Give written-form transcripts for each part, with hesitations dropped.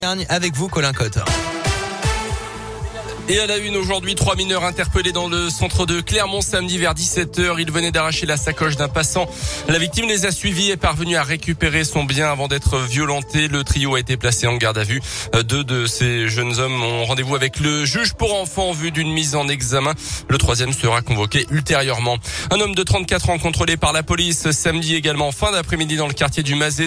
Avec vous, Colin Cotte. Et à la une aujourd'hui, 3 mineurs interpellés dans le centre de Clermont samedi vers 17h. Ils venaient d'arracher la sacoche d'un passant. La victime les a suivis et est parvenue à récupérer son bien avant d'être violenté. Le trio a été placé en garde à vue. 2 de ces jeunes hommes ont rendez-vous avec le juge pour enfants en vue d'une mise en examen. Le 3e sera convoqué ultérieurement. Un homme de 34 ans contrôlé par la police samedi également en fin d'après-midi dans le quartier du Mazet.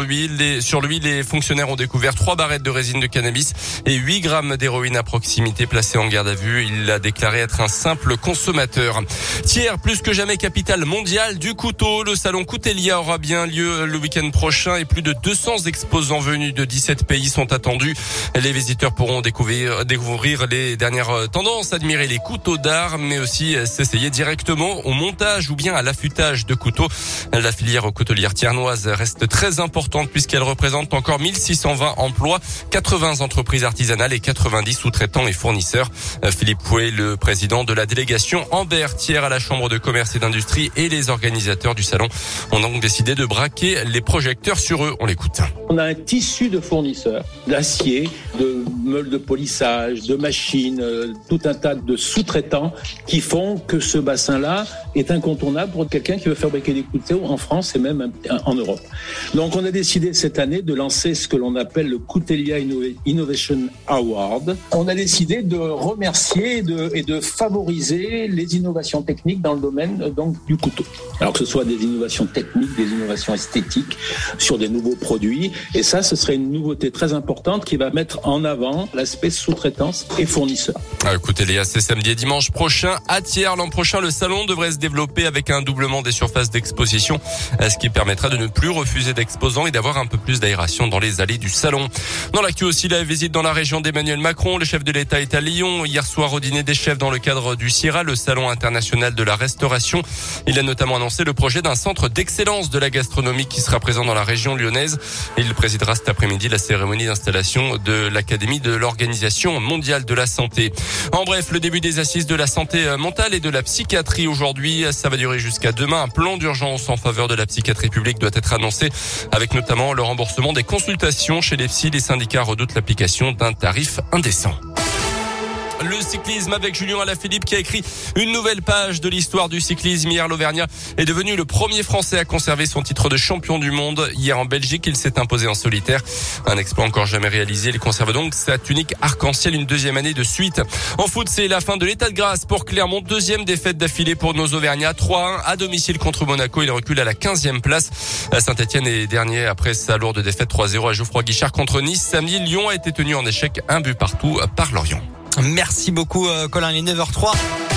Sur lui, les fonctionnaires ont découvert 3 barrettes de résine de cannabis et 8 grammes d'héroïne à proximité placés en garde à vue. Il a déclaré être un simple consommateur. Thiers, plus que jamais capitale mondiale du couteau. Le salon Coutelia aura bien lieu le week-end prochain et plus de 200 exposants venus de 17 pays sont attendus. Les visiteurs pourront découvrir les dernières tendances, admirer les couteaux d'art, mais aussi s'essayer directement au montage ou bien à l'affûtage de couteaux. La filière coutelière thiernoise reste très importante puisqu'elle représente encore 1620 emplois, 80 entreprises artisanales et 90 sous-traitants et fournisseurs. Philippe Pouet, le président de la délégation Amber Thiers à la Chambre de commerce et d'industrie et les organisateurs du salon ont donc décidé de braquer les projecteurs sur eux. On l'écoute. On a un tissu de fournisseurs, d'acier, de meules de polissage, de machines, tout un tas de sous-traitants qui font que ce bassin-là est incontournable pour quelqu'un qui veut fabriquer des couteaux en France et même en Europe. Donc on a décidé cette année de lancer ce que l'on appelle le Coutelia Innovation Award. On a décidé de remercier et de favoriser les innovations techniques dans le domaine donc du couteau. Alors que ce soit des innovations techniques, des innovations esthétiques sur des nouveaux produits. Et ça, ce serait une nouveauté très importante qui va mettre en avant l'aspect sous-traitance et fournisseur. Écoutez Léa, c'est samedi et dimanche prochain à Thiers. L'an prochain, le salon devrait se développer avec un doublement des surfaces d'exposition, ce qui permettra de ne plus refuser d'exposants et d'avoir un peu plus d'aération dans les allées du salon. Dans l'actu aussi, la visite dans la région d'Emmanuel Macron. Le chef de l'État est à Lyon hier soir au dîner des chefs dans le cadre du CIRA, le salon international de la restauration. Il a notamment annoncé le projet d'un centre d'excellence de la gastronomie qui sera présent dans la région lyonnaise. Il présidera cet après-midi la cérémonie d'installation de l'Académie de l'Organisation mondiale de la santé. En bref, le début des assises de la santé mentale et de la psychiatrie aujourd'hui. Ça va durer jusqu'à demain. Un plan d'urgence en faveur de la psychiatrie publique doit être annoncé avec notamment le remboursement des consultations chez les psys. Les syndicats redoutent l'application d'un tarif indécent. Le cyclisme avec Julien Alaphilippe qui a écrit une nouvelle page de l'histoire du cyclisme. Hier, l'Auvergnat est devenu le premier Français à conserver son titre de champion du monde. Hier, en Belgique, il s'est imposé en solitaire. Un exploit encore jamais réalisé. Il conserve donc sa tunique arc-en-ciel une 2e année de suite. En foot, c'est la fin de l'état de grâce pour Clermont. 2e défaite d'affilée pour nos Auvergnats. 3-1 à domicile contre Monaco. Il recule à la 15e place. Saint-Etienne est dernier après sa lourde défaite 3-0 à Geoffroy-Guichard contre Nice. Samedi, Lyon a été tenu en échec 1 but partout par Lorient. Merci beaucoup, Colin. Il est 9h03.